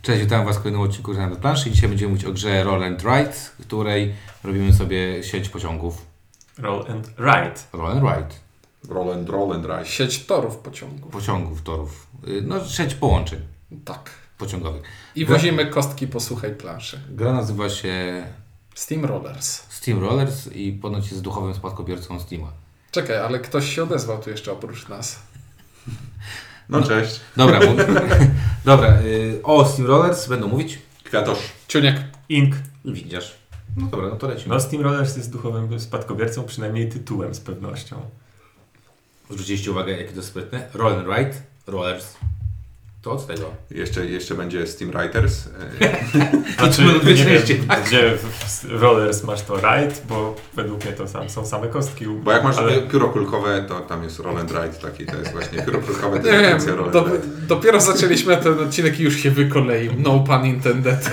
Cześć, witam Was w kolejnym odcinku Gry na planszy. Dzisiaj będziemy mówić o grze Roll and Ride, w której robimy sobie sieć pociągów. Roll and Ride. Roll and Ride. Roll and Ride. Sieć torów pociągów. Pociągów, torów. No, sieć połączeń Tak. pociągowych. I wozimy kostki po suchej planszy. Gra nazywa się Steam Rollers. Steam Rollers i ponoć jest duchowym spadkobiercą Steama. Czekaj, ale ktoś się odezwał tu jeszcze oprócz nas. No cześć. Dobra, dobra. O Steam Rollers będą mówić. Kwiatosz. Ciuniek. Ink. Widzisz. No dobra, no to lecimy. No Steam Rollers jest duchowym spadkobiercą, przynajmniej tytułem z pewnością. Zwróciliście uwagę, jakie to sprytne. Roll and Ride. Rollers. To od tego. Jeszcze będzie Steam Writers. Znaczy, dwie nie części, wiem, tak? gdzie w Rollers masz to Ride, bo według mnie to są same kostki. Bo jak masz ale... pióro kulkowe, to tam jest Roll and Ride taki. To jest właśnie pióro kulkowe. To Nie wiem, jest Roll and Ride. dopiero zaczęliśmy ten odcinek i już się wykoleił. No pun intended.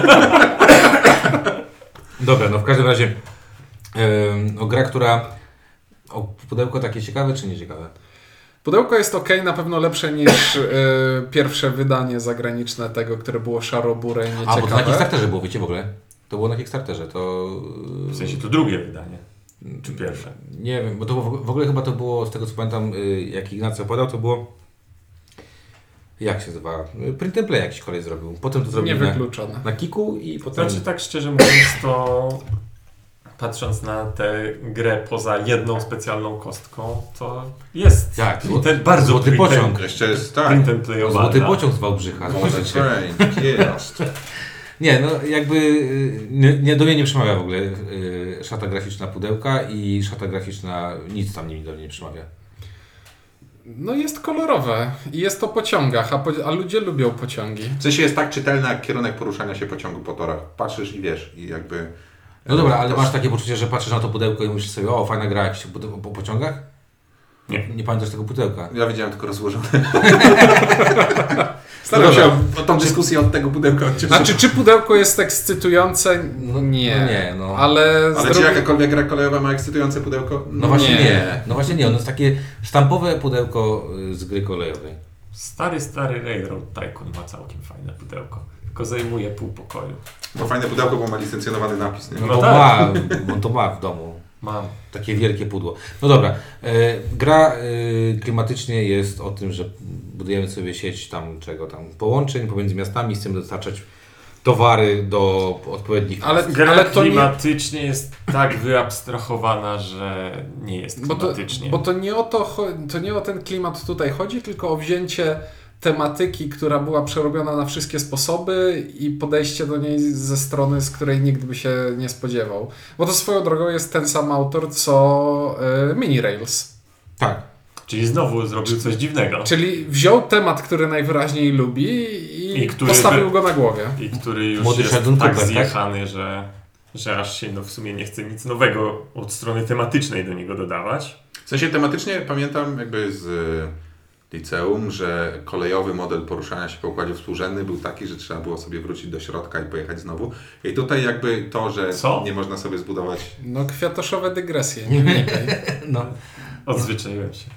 Dobra, no w każdym razie gra, która... pudełko takie ciekawe czy nieciekawe? Pudełko jest ok, na pewno lepsze niż pierwsze wydanie zagraniczne tego, które było szaro-bure i nieciekawe. A, bo to na Kickstarterze było, wiecie w ogóle? To było na Kickstarterze, to... W sensie to drugie wydanie. Czy pierwsze? Nie wiem, bo to w ogóle chyba to było, z tego co pamiętam, jak Ignacy opowiadał, to było... Jak się nazywa? Print and play jakiś kolej zrobił. Potem to zrobił Niewykluczone. na Kiku i potem... Znaczy tak szczerze mówiąc to... Patrząc na tę grę poza jedną specjalną kostką, to jest Tak, bardzo złoty pociąg. Jeszcze jest tak. print and playowana. Złoty pociąg z Wałbrzycha. Jest. Nie, no jakby do mnie nie przemawia w ogóle szata graficzna pudełka i szata graficzna nic tam do mnie nie przemawia. No jest kolorowe i jest o pociągach, a ludzie lubią pociągi. W sensie jest tak czytelny jak kierunek poruszania się pociągu po torach. Patrzysz i wiesz. I jakby... No dobra, ale masz takie poczucie, że patrzysz na to pudełko i myślisz sobie, o fajna gra jakiś po pociągach? Nie pamiętasz tego pudełka. Ja widziałem tylko rozłożone. Staram się o tą dyskusję od tego pudełka odciąć. Znaczy, czy pudełko jest ekscytujące? No, nie. no. Ale czy jakakolwiek gra kolejowa ma ekscytujące pudełko? No właśnie nie. No właśnie nie. Ono jest takie sztampowe pudełko z gry kolejowej. Stary Railroad Tycoon ma całkiem fajne pudełko. Tylko zajmuje pół pokoju. No fajne pudełko, bo ma licencjonowany napis. Nie? No No bo tak. on to ma w domu. Mam. Takie wielkie pudło. No dobra. Gra klimatycznie jest o tym, że budujemy sobie sieć połączeń pomiędzy miastami, chcemy dostarczać towary do odpowiednich... Gra ale to klimatycznie jest tak wyabstrahowana, że nie jest klimatycznie. Bo to nie o ten klimat tutaj chodzi, tylko o wzięcie tematyki, która była przerobiona na wszystkie sposoby i podejście do niej ze strony, z której nikt by się nie spodziewał. Bo to swoją drogą jest ten sam autor, co Mini Rails. Tak. Czyli znowu zrobił coś dziwnego. Czyli wziął temat, który najwyraźniej lubi i postawił go na głowie. I który już Młody jest Sheldon tak Cooper, zjechany, że aż się w sumie nie chce nic nowego od strony tematycznej do niego dodawać. W sensie tematycznie pamiętam jakby z liceum, że kolejowy model poruszania się po układzie współrzędnym był taki, że trzeba było sobie wrócić do środka i pojechać znowu. I tutaj jakby to, że nie można sobie zbudować... No kwiatoszowe dygresje, nie wnikaj. No. Odzwyczaiłem się.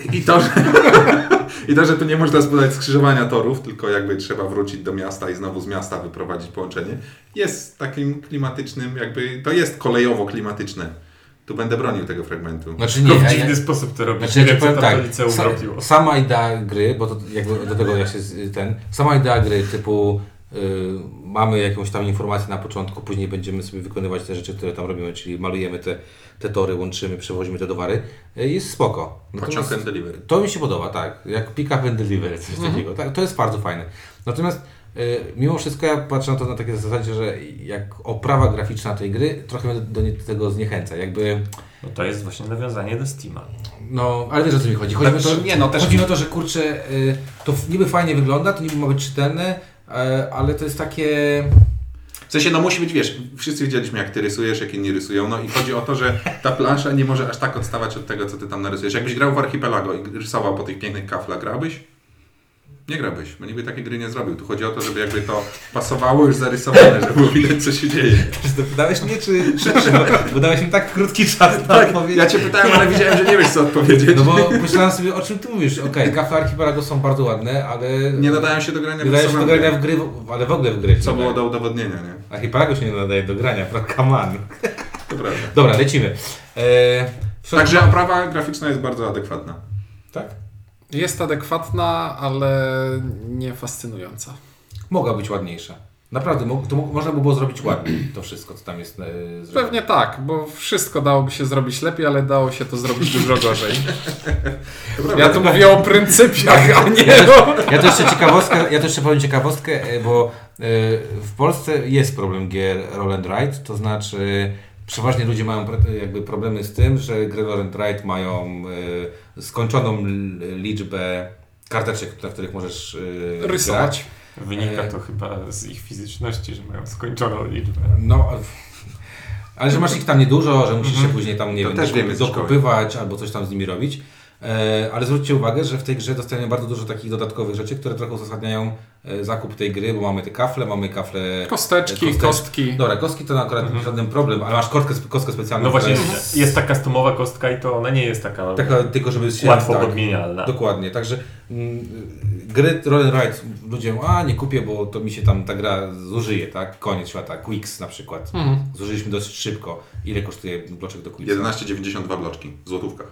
I to, że tu nie można zbudować skrzyżowania torów, tylko jakby trzeba wrócić do miasta i znowu z miasta wyprowadzić połączenie, jest takim klimatycznym, jakby to jest kolejowo-klimatyczne. Tu będę bronił tego fragmentu. Znaczy Tylko w dziwny sposób to robisz. Znaczy, Nie wiem, co powiem tam tak, to liceum robiło. sama idea gry, bo to jakby do tego sama idea gry typu mamy jakąś tam informację na początku, później będziemy sobie wykonywać te rzeczy, które tam robimy, czyli malujemy te tory, łączymy, przewozimy te towary, jest spoko. Pociąg and delivery. To mi się podoba, tak. Jak pick up and delivery, coś takiego. Tak, to jest bardzo fajne. Natomiast mimo wszystko ja patrzę na to na takiej zasadzie, że jak oprawa graficzna tej gry trochę mnie do tego zniechęca. Jakby... No to jest właśnie nawiązanie do Steama. No, ale wiesz o co mi chodzi. Chodzi o to, że kurczę, to niby fajnie wygląda, to niby ma być czytelne, ale to jest takie... W sensie, musi być, wiesz, wszyscy widzieliśmy jak ty rysujesz, jak inni rysują, no i chodzi o to, że ta plansza nie może aż tak odstawać od tego, co ty tam narysujesz. Jakbyś grał w Archipelago i rysował po tych pięknych kaflach, grałbyś? Nie grałbyś, bo niby takiej gry nie zrobił. Tu chodzi o to, żeby jakby to pasowało już zarysowane, żeby było widać, co się dzieje. Czy to pytałeś mnie, czy bo dałeś mi tak krótki czas na odpowiedź. Ja cię pytałem, ale widziałem, że nie wiesz, co odpowiedzieć. No bo myślałem sobie, o czym ty mówisz. Okej, kafle Archipelago są bardzo ładne, ale... Nie nadają się do grania Wydaje się do grania w gry, ale w ogóle w gry. Co było do udowodnienia, nie? Archipelago się nie nadaje do grania, come on. To prawda. Dobra, lecimy. Także oprawa graficzna jest bardzo adekwatna. Tak? Jest adekwatna, ale nie fascynująca. Mogła być ładniejsza. Naprawdę, można by było zrobić ładniej to wszystko, co tam jest zrobione. Pewnie tak, bo wszystko dałoby się zrobić lepiej, ale dało się to zrobić dużo gorzej. Ja tu mówię o pryncypiach, a nie o... Ja to jeszcze powiem ciekawostkę, bo w Polsce jest problem gier Roll and Ride, to znaczy przeważnie ludzie mają jakby problemy z tym, że gry Roll and Ride mają skończoną liczbę karteczek, na których możesz rysować. grać. Wynika to chyba z ich fizyczności, że mają skończoną liczbę. No, ale że masz ich tam niedużo, że musisz się później tam, nie To wiem, też wiemy z szkoły. dokupywać albo coś tam z nimi robić. Ale zwróćcie uwagę, że w tej grze dostajemy bardzo dużo takich dodatkowych rzeczy, które trochę uzasadniają zakup tej gry, bo mamy te kafle, Kosteczki, kostki. Dobra, kostki to akurat żaden problem, ale masz kostkę specjalną. No właśnie, która jest ta customowa kostka i to ona nie jest taka tylko żeby się... łatwo tak, podmienialna. Dokładnie, także gry Roll and Ride ludzie nie kupię, bo to mi się tam ta gra zużyje, tak? Koniec świata, Quicks na przykład. Zużyliśmy dosyć szybko. Ile kosztuje bloczek do Quicksa? 11,92 bloczki w złotówkach.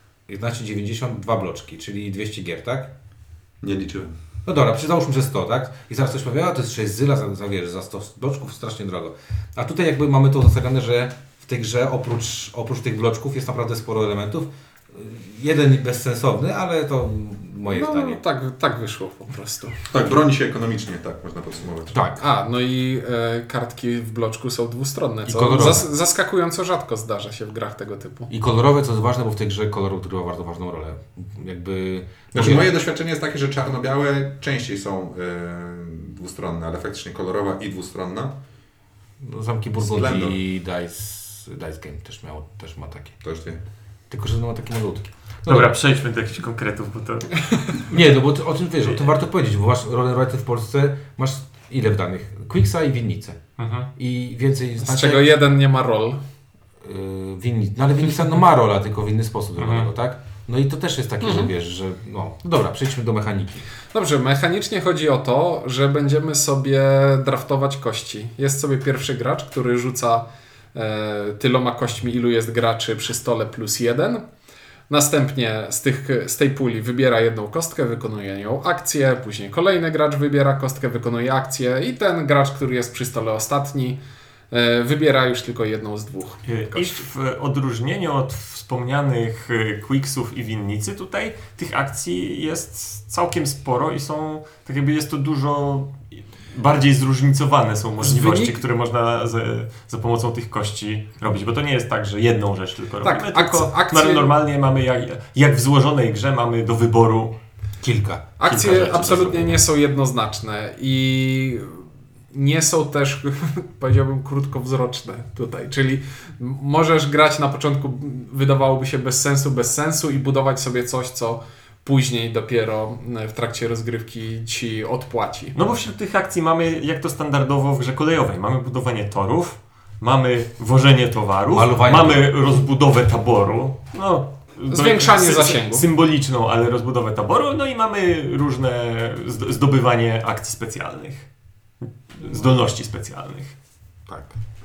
11,92 bloczki, czyli 200 gier, tak? Nie liczyłem. No dobra, załóżmy, że 100, tak? I zaraz ktoś powie, to jest 6 zyla za 100 bloczków, strasznie drogo. A tutaj jakby mamy to uzasadnione, że w tej grze oprócz tych bloczków jest naprawdę sporo elementów. Jeden bezsensowny, ale to moje zdanie. Tak wyszło po prostu. Tak, broni się ekonomicznie, tak można podsumować. Tak. No i kartki w bloczku są dwustronne, I co kolorowe. zaskakująco rzadko zdarza się w grach tego typu. I kolorowe, co jest ważne, bo w tej grze kolor odgrywa bardzo ważną rolę. Jakby... Znaczy, moje doświadczenie jest takie, że czarno-białe częściej są dwustronne, ale faktycznie kolorowa i dwustronna. No, Zamki Splendor. Burgundii i Dice Game też ma takie. To już wie. Tylko, że ma takie malutkie. No Dobra, przejdźmy do jakichś konkretów, bo to... Nie, no bo o czym wiesz, o tym warto powiedzieć, bo masz Roll and Ride w Polsce, masz ile wdanych? Quicksa i winnicę. I więcej Z czego jeden nie ma rol. No ale winnica ma rola, tylko w inny sposób zrobionego, tak? No i to też jest takie, że wiesz, że no dobra, przejdźmy do mechaniki. Dobrze, mechanicznie chodzi o to, że będziemy sobie draftować kości. Jest sobie pierwszy gracz, który rzuca tyloma kośćmi, ilu jest graczy przy stole plus 1. Następnie z tej puli wybiera jedną kostkę, wykonuje nią akcję, później kolejny gracz wybiera kostkę, wykonuje akcję i ten gracz, który jest przy stole ostatni, wybiera już tylko jedną z dwóch I w odróżnieniu od wspomnianych Quicksów i winnicy, tutaj tych akcji jest całkiem sporo i są, tak jakby jest to dużo bardziej zróżnicowane są możliwości, które można za pomocą tych kości robić, bo to nie jest tak, że jedną rzecz tylko robimy, tylko normalnie mamy jak w złożonej grze mamy do wyboru kilka Akcje rzeczy absolutnie nie są jednoznaczne i nie są też, powiedziałbym, krótkowzroczne tutaj. Czyli możesz grać na początku, wydawałoby się bez sensu i budować sobie coś, co później dopiero w trakcie rozgrywki ci odpłaci. No bo wśród tych akcji mamy, jak to standardowo w grze kolejowej, mamy budowanie torów, mamy wożenie towarów, mamy rozbudowę taboru, no, zwiększanie zasięgu. Symboliczną, ale rozbudowę taboru, no i mamy różne zdobywanie akcji specjalnych, zdolności specjalnych. Tak.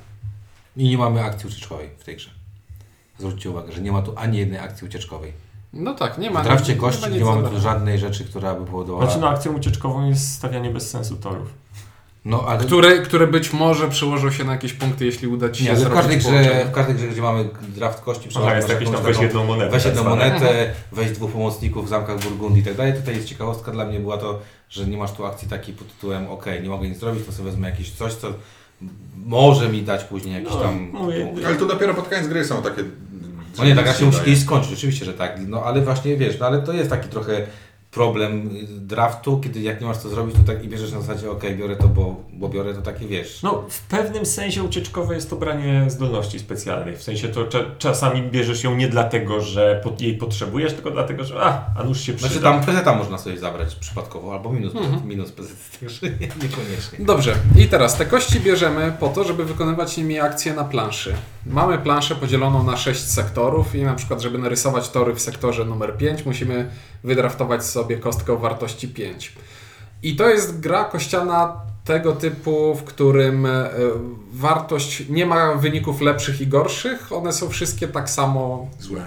I nie mamy akcji ucieczkowej w tej grze. Zwróćcie uwagę, że nie ma tu ani jednej akcji ucieczkowej. No tak, nie ma. W drafcie kości nie mamy tu żadnej rzeczy, która by powodowała... Znaczy, akcją ucieczkową jest stawianie bez sensu torów. No, ale... które być może przełożą się na jakieś punkty, jeśli uda ci się w zrobić każdej grze, gdzie mamy draft kości, jest jakieś tam weź jedną monetę. Weź jedną monetę, weź dwóch pomocników w zamkach Burgundii i tak dalej. Tutaj jest ciekawostka dla mnie była to, że nie masz tu akcji takiej pod tytułem nie mogę nic zrobić, to sobie wezmę jakieś coś, co może mi dać później jakiś tam... Ale to dopiero pod koniec gry są takie... No nie, tak jak się musi kiedyś skończyć, oczywiście, że tak. No ale właśnie wiesz, ale to jest taki trochę problem draftu, kiedy jak nie masz co zrobić, to tak i bierzesz na zasadzie biorę to, bo biorę to takie, wiesz. No, w pewnym sensie ucieczkowe jest to branie zdolności specjalnej. W sensie to czasami bierzesz ją nie dlatego, że jej potrzebujesz, tylko dlatego, że a nuż się przyda. Znaczy tam PZ można sobie zabrać przypadkowo, albo minus PZ, także niekoniecznie. Dobrze, i teraz te kości bierzemy po to, żeby wykonywać nimi akcje na planszy. Mamy planszę podzieloną na 6 sektorów i na przykład, żeby narysować tory w sektorze numer 5, musimy wydraftować sobie kostkę o wartości 5. I to jest gra kościana tego typu, w którym wartość nie ma wyników lepszych i gorszych, one są wszystkie tak samo Złe.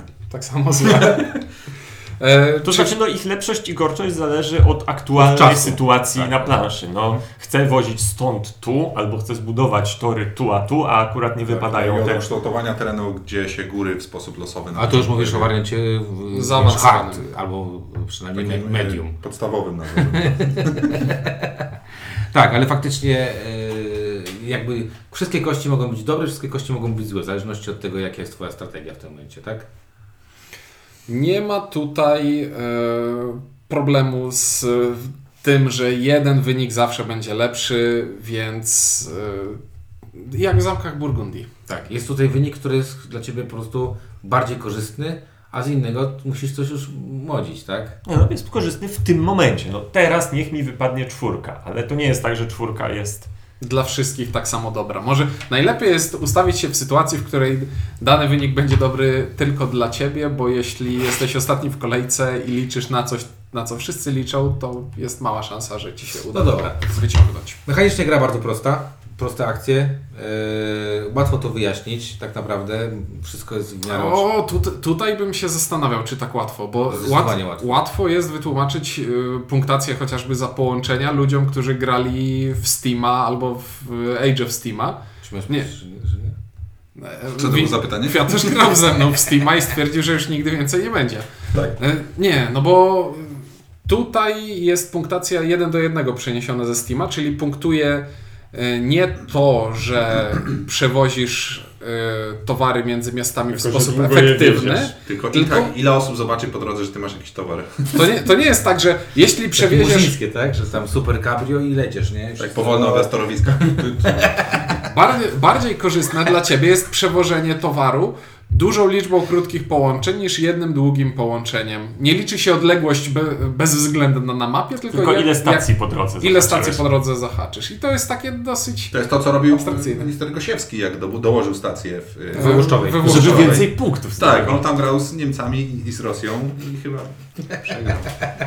To znaczy, ich lepszość i gorszość zależy od aktualnej sytuacji na planszy. Chcę wozić stąd tu, albo chcę zbudować tory tu, a akurat nie wypadają te kształtowania terenu, gdzie się góry w sposób losowy... A to już mówisz o wariancie hard, albo przynajmniej medium. Podstawowym nazwą. Tak, ale faktycznie jakby wszystkie kości mogą być dobre, wszystkie kości mogą być złe, w zależności od tego, jaka jest twoja strategia w tym momencie, tak? Nie ma tutaj problemu z tym, że jeden wynik zawsze będzie lepszy, więc jak w zamkach Burgundii. Tak, jest tutaj wynik, który jest dla Ciebie po prostu bardziej korzystny, a z innego musisz coś już modzić, tak? Jest korzystny w tym momencie. Teraz niech mi wypadnie 4, ale to nie jest tak, że 4 jest... Dla wszystkich tak samo dobra. Może najlepiej jest ustawić się w sytuacji, w której dany wynik będzie dobry tylko dla Ciebie, bo jeśli jesteś ostatni w kolejce i liczysz na coś, na co wszyscy liczą, to jest mała szansa, że Ci się uda wyciągnąć. Mechanicznie gra bardzo prosta. Proste akcje, łatwo to wyjaśnić, tak naprawdę wszystko jest w miarę... Tutaj bym się zastanawiał, czy tak łatwo, bo łatwo jest wytłumaczyć punktację chociażby za połączenia ludziom, którzy grali w Steama albo w Age of Steama. Nie. Co to było za pytanie? Kwiat też grał ze mną w Steama i stwierdził, że już nigdy więcej nie będzie. Tak. Nie, bo tutaj jest punktacja 1:1 przeniesiona ze Steama, czyli punktuje nie to, że przewozisz towary między miastami w sposób efektywny, tylko ile osób zobaczy po drodze, że ty masz jakiś towar. To nie jest tak, że jeśli przewieziesz... Murzyńskie, tak? Że tam super cabrio i lecisz, nie? Tak powolno bez torowiska. Bardziej korzystne dla Ciebie jest przewożenie towaru dużą liczbą krótkich połączeń niż jednym długim połączeniem. Nie liczy się odległość bezwzględna na mapie, tylko ile stacji po drodze ile stacji po drodze zahaczysz. I to jest takie dosyć... To jest to, co robił minister Gosiewski, jak dołożył stację w Łuszczowej. Żeby więcej punktów. Tak, on tam grał z Niemcami i z Rosją i chyba przegrał.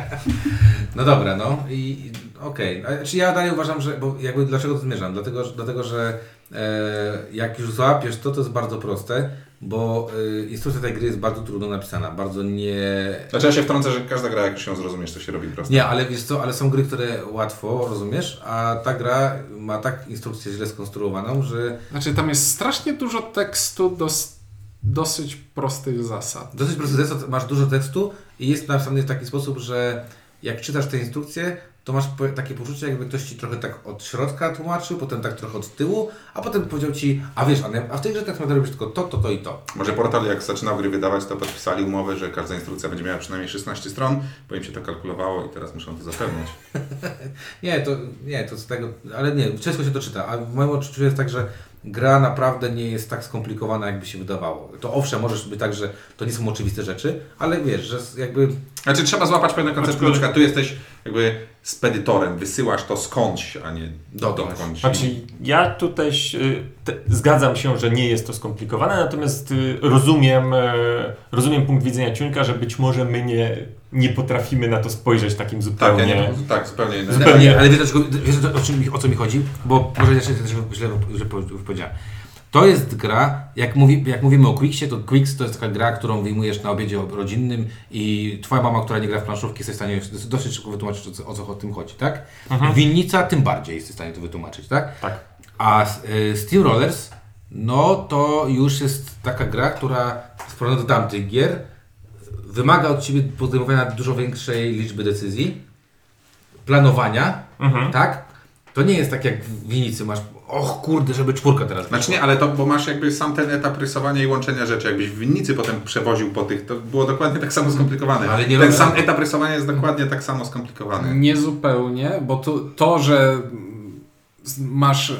No dobra, i okej. Znaczy ja dalej uważam, że, bo jakby dlaczego to zmierzam? Dlatego, że jak już złapiesz to jest bardzo proste, bo instrukcja tej gry jest bardzo trudno napisana, bardzo nie... Znaczy ja się wtrącę, że każda gra, jak już ją zrozumiesz, to się robi prosto. Nie, ale wiesz co, ale są gry, które łatwo rozumiesz, a ta gra ma tak instrukcję źle skonstruowaną, że... Znaczy tam jest strasznie dużo tekstu dosyć prostych zasad. Dosyć prostych zasad, masz dużo tekstu i jest napisany w taki sposób, że jak czytasz tę instrukcję, to masz takie poczucie, jakby ktoś Ci trochę tak od środka tłumaczył, potem tak trochę od tyłu, a potem powiedział Ci, a wiesz, a w tej grze tak naprawdę robisz tylko to i to. Może Portal, jak zaczynał gry wydawać, to podpisali umowę, że każda instrukcja będzie miała przynajmniej 16 stron, bo im się to kalkulowało i teraz muszą to zapewniać. to z tego, ale nie, ciężko się to czyta, a w moim odczuciu jest tak, że gra naprawdę nie jest tak skomplikowana, jakby się wydawało. To owszem, możesz być tak, że to nie są oczywiste rzeczy, ale wiesz, że jakby... Znaczy trzeba złapać pewne koncepty, na przykład tu jesteś jakby spedytorem, wysyłasz to skądś, a nie dokądś. Znaczy ja tutaj zgadzam się, że nie jest to skomplikowane, natomiast rozumiem punkt widzenia Ciuńka, że być może my nie potrafimy na to spojrzeć takim zupełnie... zupełnie innym. Zupełnie, ale wiesz o co mi chodzi? Bo może ja się też źle powiedziałem. To jest gra, jak mówimy o Quicksie, to Quicks to jest taka gra, którą wyjmujesz na obiedzie rodzinnym i twoja mama, która nie gra w planszówki, jest w stanie dosyć szybko wytłumaczyć, o co o tym chodzi, tak? Winnica tym bardziej jest w stanie to wytłumaczyć, tak? Tak. A Steamrollers, to już jest taka gra, która w porównaniu do tamtych gier wymaga od Ciebie podejmowania dużo większej liczby decyzji, planowania, tak? To nie jest tak jak w winnicy masz, och kurde, żeby czwórka teraz Znaczy nie, ale to, bo masz jakby sam ten etap rysowania i łączenia rzeczy. Jakbyś w winnicy potem przewoził po tych, to było dokładnie tak samo skomplikowane. Ale nie ten robię- sam etap rysowania jest dokładnie tak samo skomplikowany. Nie zupełnie, bo to że masz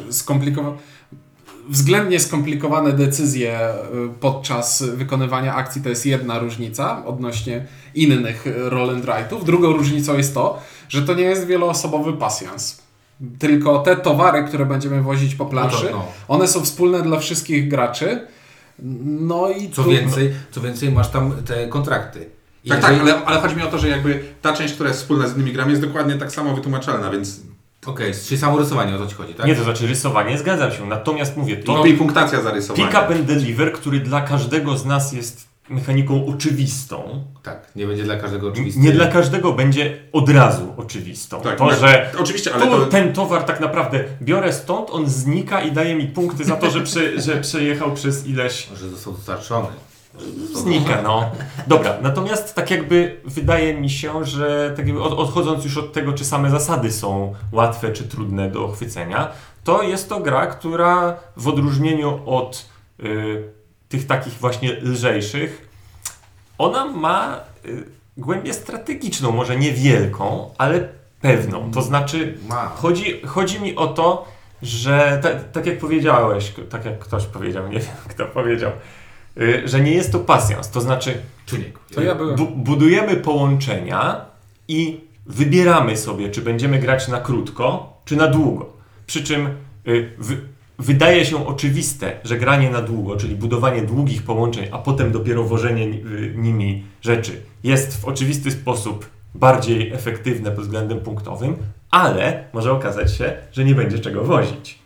względnie skomplikowane decyzje podczas wykonywania akcji, to jest jedna różnica odnośnie innych roll and write'ów. Drugą różnicą jest to, że to nie jest wieloosobowy pasjans. Tylko te towary, które będziemy wozić po planszy, one są wspólne dla wszystkich graczy. No i Co więcej, masz tam te kontrakty. I Tak, jeżeli- tak, ale chodzi mi o to, że jakby ta część, która jest wspólna z innymi grami, jest dokładnie tak samo wytłumaczalna, więc Okej, czyli samo rysowanie, o to ci chodzi, tak? Nie, to znaczy rysowanie, zgadzam się. Natomiast mówię, to i punktacja zarysowania. pick up and deliver, który dla każdego z nas jest mechaniką oczywistą, Tak, nie będzie dla każdego oczywiste. nie dla każdego będzie od razu oczywistą. Tak, to, tak. że Oczywiście, ale tu to... ten towar tak naprawdę biorę stąd, on znika i daje mi punkty za to, że przejechał przez ileś... Że został dostarczony. Znika, no. Dobra, natomiast tak jakby wydaje mi się, że tak jakby odchodząc już od tego, czy same zasady są łatwe czy trudne do chwycenia, to jest to gra, która w odróżnieniu od tych takich właśnie lżejszych, ona ma głębię strategiczną, może niewielką, ale pewną. To znaczy Ma. chodzi mi o to, że tak jak powiedziałeś, tak jak ktoś powiedział, nie wiem kto powiedział, że nie jest to pasjans, to znaczy Czuniek. to ja byłem. budujemy połączenia i wybieramy sobie, czy będziemy grać na krótko, czy na długo. Przy czym wydaje się oczywiste, że granie na długo, czyli budowanie długich połączeń, a potem dopiero wożenie nimi rzeczy, jest w oczywisty sposób bardziej efektywne pod względem punktowym, ale może okazać się, że nie będzie czego wozić.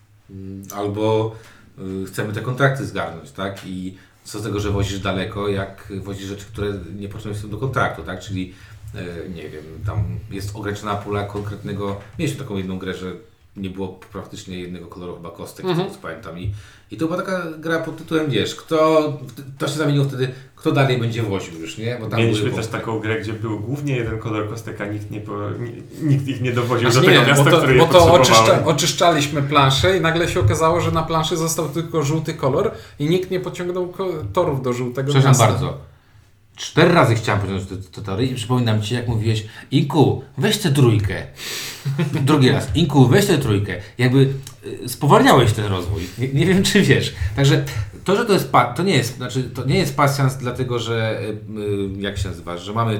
Albo chcemy te kontrakty zgarnąć, tak? I co z tego, że wozisz daleko, jak wozisz rzeczy, które nie potrzebują się do kontraktu, tak? Czyli nie wiem, tam jest ograniczona pula konkretnego. Mieliśmy taką jedną grę, że nie było praktycznie jednego koloru chyba kostek, co pamiętam. I to była taka gra pod tytułem, wiesz, to się zamieniło wtedy, kto dalej będzie woził już, nie? Bo tam Mieliśmy były też taką grę, gdzie był głównie jeden kolor kostek, a nikt ich nie dowoził Znaczy do tego nie, miasta, które je bo to potrzebowały. oczyszczaliśmy planszę i nagle się okazało, że na planszy został tylko żółty kolor i nikt nie pociągnął torów do żółtego Przepraszam miasta. bardzo. 4 razy chciałem pociągnąć te tory i przypominam Ci, jak mówiłeś, Inku, weź tę trójkę. Drugi raz, Inku, weź tę trójkę. Jakby spowalniałeś ten rozwój. Nie wiem, czy wiesz. Także to, że to jest to nie jest pasjans, dlatego że jak się nazywasz, że mamy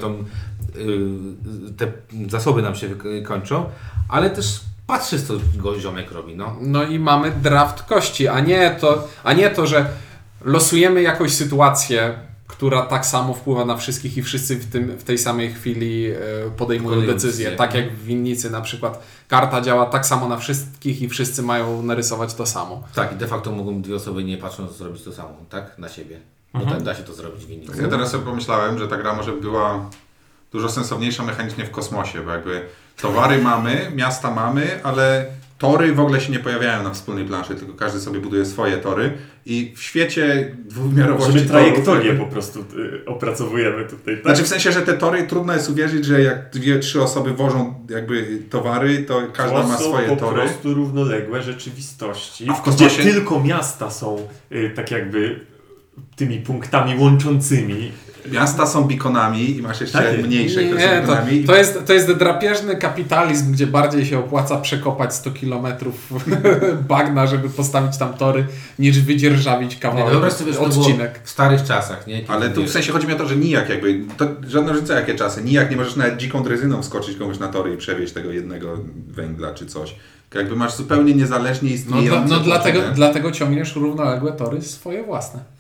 te zasoby nam się kończą, ale też patrzysz, co ziomek robi, no. No i mamy draft kości, a nie to, że losujemy jakąś sytuację, która tak samo wpływa na wszystkich i wszyscy w tej samej chwili podejmują decyzję. Tak jak w winnicy na przykład karta działa tak samo na wszystkich i wszyscy mają narysować to samo. Tak, i de facto mogą dwie osoby nie patrząc zrobić to samo, tak? Na siebie. Bo tak da się to zrobić w winnicy. Ja teraz sobie pomyślałem, że ta gra może była dużo sensowniejsza mechanicznie w kosmosie, bo jakby towary mamy, miasta mamy, ale tory w ogóle się nie pojawiają na wspólnej planszy, tylko każdy sobie buduje swoje tory i w świecie dwuwymiarowości Żeby torów, trajektorię jakby- po prostu opracowujemy tutaj. Tak? Znaczy w sensie, że te tory trudno jest uwierzyć, że jak 2-3 osoby wożą jakby towary, to każda ma To są swoje po tory. prostu równoległe rzeczywistości, A w kosmosie- gdzie tylko miasta są tak jakby tymi punktami łączącymi. Miasta są beaconami i masz jeszcze Tak. mniejsze, które są Nie, beaconami. to jest drapieżny kapitalizm, gdzie bardziej się opłaca przekopać 100 kilometrów bagna, żeby postawić tam tory, niż wydzierżawić Nie, kawałek, wyobraź sobie, że to było odcinek. w starych czasach, nie? Kiedy, Ale tu w wiesz, sensie chodzi mi o to, że nijak jakby, to żadna różnica jakie czasy, nijak nie możesz nawet dziką drezyną wskoczyć komuś na tory i przewieźć tego jednego węgla czy coś. Jakby masz zupełnie niezależnie istniejące Dlatego ciągniesz równoległe tory swoje własne.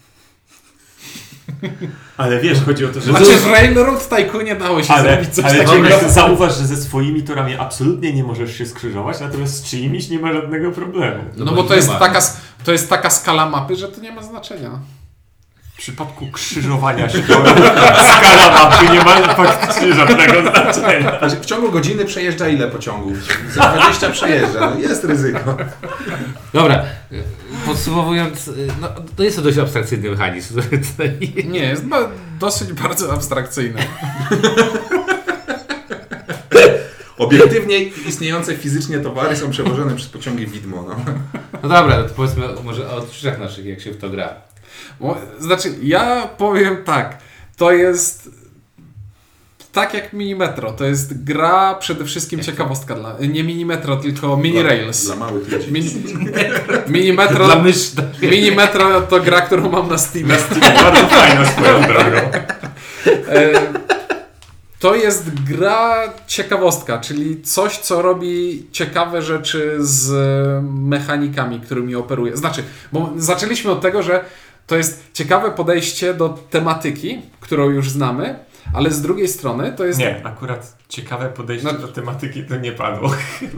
Ale wiesz, chodzi o to, że... Znaczy w Railroad Tycoonie dało się zrobić coś ale takiego. zauważ, że ze swoimi torami absolutnie nie możesz się skrzyżować, natomiast z czyimiś nie ma żadnego problemu. No bo to jest taka skala mapy, że to nie ma znaczenia. W przypadku krzyżowania się torów skala mapy nie ma faktycznie żadnego znaczenia. Znaczy, w ciągu godziny przejeżdża ile pociągów? Za 20 przejeżdża, no jest ryzyko. Dobra, podsumowując, no, to jest to dość abstrakcyjny mechanizm. Nie, jest dosyć bardzo abstrakcyjne. Obiektywnie istniejące fizycznie towary są przewożone przez pociągi widmo. No. No dobra, to powiedzmy może o odczuciach naszych, jak się w to gra. Znaczy, ja powiem tak, to jest tak jak Minimetro, to jest gra przede wszystkim ciekawostka dla, nie Minimetro, tylko Mini Rails. Dla małych ludzi. Minimetro, Dla mysz. Minimetro to gra, którą mam na Steamie. Bardzo fajna swoją drogą. To jest gra ciekawostka, czyli coś, co robi ciekawe rzeczy z mechanikami, którymi operuje. Znaczy, bo zaczęliśmy od tego, że to jest ciekawe podejście do tematyki, którą już znamy, ale z drugiej strony to jest... Nie, akurat ciekawe podejście do tematyki to nie padło.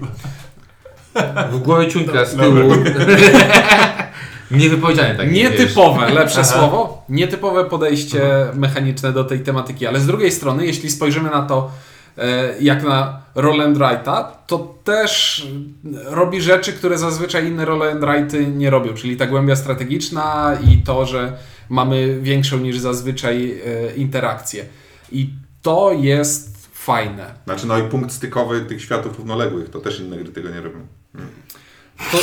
W głowie ciuńka z tyłu. Niewypowiedziane tak. Nietypowe, lepsze słowo, nietypowe podejście mechaniczne do tej tematyki, ale z drugiej strony, jeśli spojrzymy na to jak na roll and write'a, to też robi rzeczy, które zazwyczaj inne roll and write'y nie robią, czyli ta głębia strategiczna i to, że mamy większą niż zazwyczaj interakcję. I to jest fajne. Znaczy, no i punkt stykowy tych światów równoległych, to też inne gry tego nie robią. To...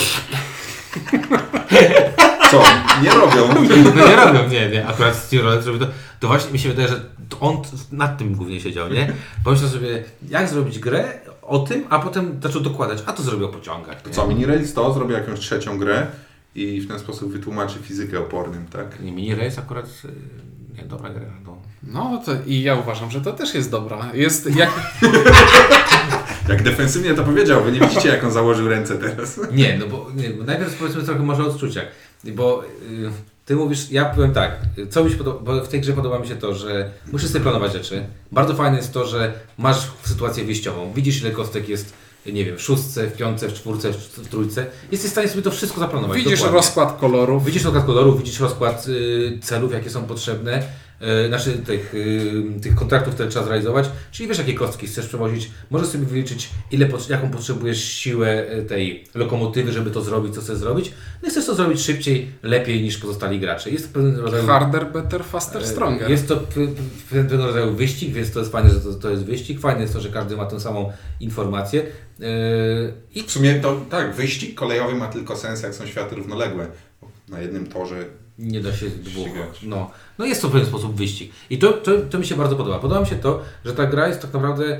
Co? Nie robią. No nie robią, nie. Akurat Steve Rollins zrobił to. To właśnie mi się wydaje, że to on nad tym głównie siedział, nie? Pomyślał sobie, jak zrobić grę o tym, a potem zaczął dokładać, a to zrobił o pociągach. To co, Mini Rails to zrobi jakąś trzecią grę i w ten sposób wytłumaczy fizykę opornym, tak? Mini Race akurat nie, dobra gra. No to i ja uważam, że to też jest dobra. Jest jak... Jak defensywnie to powiedział, wy nie widzicie, jak on założył ręce teraz. Nie, bo najpierw powiedzmy trochę może o odczuciach, bo ty mówisz, ja powiem tak, co mi się podoba, bo w tej grze podoba mi się to, że musisz sobie planować rzeczy. Bardzo fajne jest to, że masz sytuację wyjściową, widzisz ile kostek jest, nie wiem, w 6, w 5, w 4, w 3. Jesteś w stanie sobie to wszystko zaplanować. Widzisz dokładnie. rozkład kolorów. Widzisz rozkład kolorów, widzisz rozkład celów, jakie są potrzebne, tych kontraktów, które trzeba zrealizować, czyli wiesz, jakie kostki chcesz przewozić, możesz sobie wyliczyć, jaką potrzebujesz siłę tej lokomotywy, żeby to zrobić, co chcesz zrobić. No i chcesz to zrobić szybciej, lepiej niż pozostali gracze. Jest to pewien rodzaj... Harder, better, faster, stronger. Jest to pewnego rodzaju wyścig, więc to jest fajne, że to jest wyścig. Fajne jest to, że każdy ma tę samą informację. I w sumie to tak, wyścig kolejowy ma tylko sens, jak są światy równoległe. Na jednym torze nie da się dwóch. ścigać. No jest to w pewien sposób wyścig. I to mi się bardzo podoba. Podoba mi się to, że ta gra jest tak naprawdę,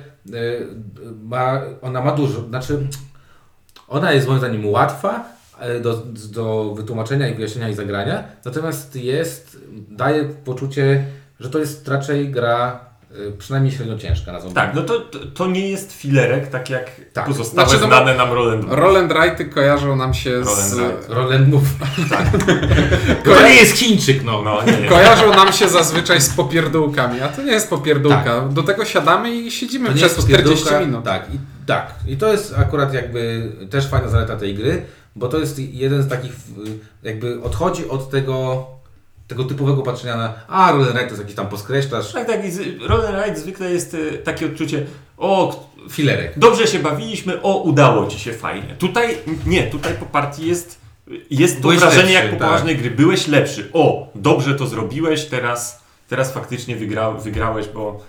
ona ma dużo, znaczy ona jest moim zdaniem łatwa do wytłumaczenia i wyjaśnienia i zagrania, natomiast daje poczucie, że to jest raczej gra przynajmniej średnio ciężka. Tak, no to nie jest filerek, tak jak pozostałe Znaczy, znane nam roll and write. Roll and write'y kojarzą nam się z... Roll and move. Tak. To nie jest Chińczyk, no. Nie. Kojarzą nam się zazwyczaj z popierdółkami, a to nie jest popierdółka. Tak. Do tego siadamy i siedzimy To nie przez jest 40 popierdółka. minut. Tak. I to jest akurat jakby też fajna zaleta tej gry, bo to jest jeden z takich, jakby odchodzi od tego typowego patrzenia na roll and write to jest jakiś tam poskreślasz. Tak, roll and write zwykle jest takie odczucie, Filerek. dobrze się bawiliśmy, udało ci się fajnie. Tutaj po partii jest to Byłeś wrażenie lepszy, jak po tak. poważnej gry. Byłeś lepszy. Dobrze to zrobiłeś, teraz faktycznie wygrałeś,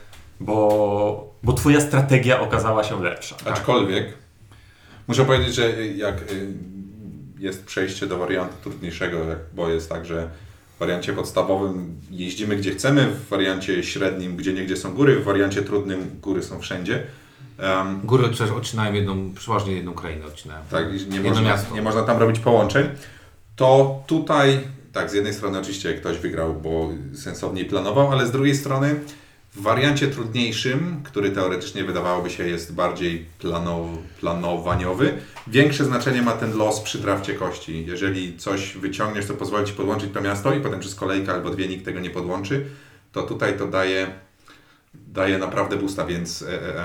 bo twoja strategia okazała się lepsza. Aczkolwiek muszę powiedzieć, że jak jest przejście do wariantu trudniejszego, bo jest tak, że w wariancie podstawowym jeździmy gdzie chcemy, w wariancie średnim gdzie są góry, w wariancie trudnym góry są wszędzie. Góry przecież odcinają przeważnie jedną krainę odcinają. Tak, i miasto. nie można tam robić połączeń. To tutaj, tak, z jednej strony oczywiście ktoś wygrał, bo sensowniej planował, ale z drugiej strony w wariancie trudniejszym, który teoretycznie wydawałoby się jest bardziej planowaniowy, większe znaczenie ma ten los przy drafcie kości. Jeżeli coś wyciągniesz, to pozwoli Ci podłączyć to miasto i potem przez kolejkę albo dwie nikt tego nie podłączy, to tutaj to daje naprawdę boosta, więc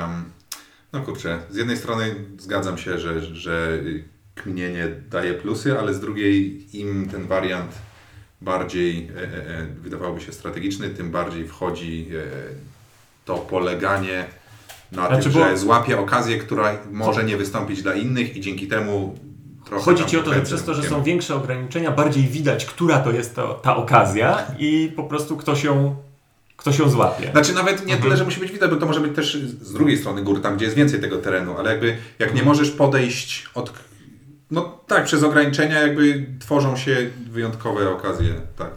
no kurczę, z jednej strony zgadzam się, że kminienie daje plusy, ale z drugiej im ten wariant bardziej wydawałoby się strategiczny, tym bardziej wchodzi to poleganie na tym, że złapie okazję, która może nie wystąpić dla innych i dzięki temu trochę... Chodzi Ci o to, że przez to, że są większe ograniczenia, bardziej widać, która to jest ta okazja i po prostu ktoś ktoś ją złapie. Znaczy nawet nie tyle, że musi być widać, bo to może być też z drugiej strony góry, tam gdzie jest więcej tego terenu, ale jakby jak nie możesz podejść od... No tak, przez ograniczenia jakby tworzą się wyjątkowe okazje, tak,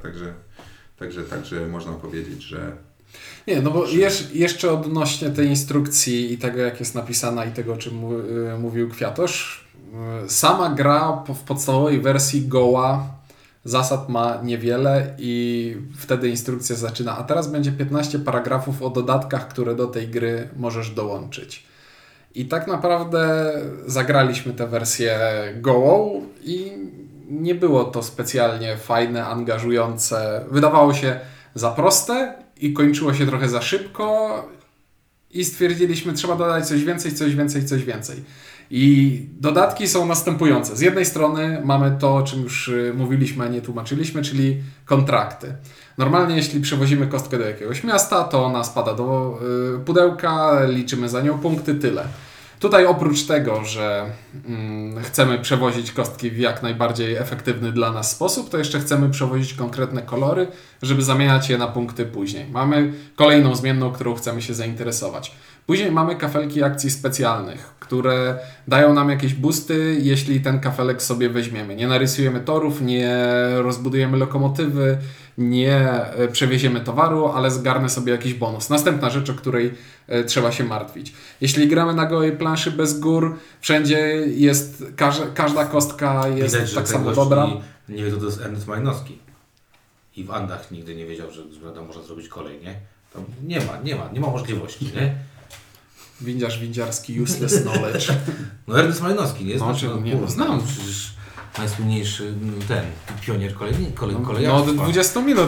także można powiedzieć, że... Nie, no bo jeszcze odnośnie tej instrukcji i tego, jak jest napisana i tego, o czym mówił Kwiatosz, sama gra w podstawowej wersji goła zasad ma niewiele i wtedy instrukcja zaczyna. A teraz będzie 15 paragrafów o dodatkach, które do tej gry możesz dołączyć. I tak naprawdę zagraliśmy tę wersję gołą i nie było to specjalnie fajne, angażujące. Wydawało się za proste i kończyło się trochę za szybko i stwierdziliśmy, trzeba dodać coś więcej. I dodatki są następujące. Z jednej strony mamy to, o czym już mówiliśmy, a nie tłumaczyliśmy, czyli kontrakty. Normalnie jeśli przewozimy kostkę do jakiegoś miasta, to ona spada do pudełka, liczymy za nią punkty, tyle. Tutaj oprócz tego, że chcemy przewozić kostki w jak najbardziej efektywny dla nas sposób, to jeszcze chcemy przewozić konkretne kolory, żeby zamieniać je na punkty później. Mamy kolejną zmienną, którą chcemy się zainteresować. Później mamy kafelki akcji specjalnych, które dają nam jakieś boosty, jeśli ten kafelek sobie weźmiemy. Nie narysujemy torów, nie rozbudujemy lokomotywy, nie przewieziemy towaru, ale zgarnę sobie jakiś bonus. Następna rzecz, o której trzeba się martwić. Jeśli gramy na gołej planszy bez gór, wszędzie jest, każda kostka jest Widać, tak że samo ten dobra. gość nie wie, to jest Ernest Malinowski. I w Andach nigdy nie wiedział, że można zrobić kolej, nie? Tam nie ma możliwości, nie? Windziarski useless knowledge. No Ernest Malinowski, nie? No, znam. Przecież najsłynniejszy ten pionier kolejarstwa. No od 20 minut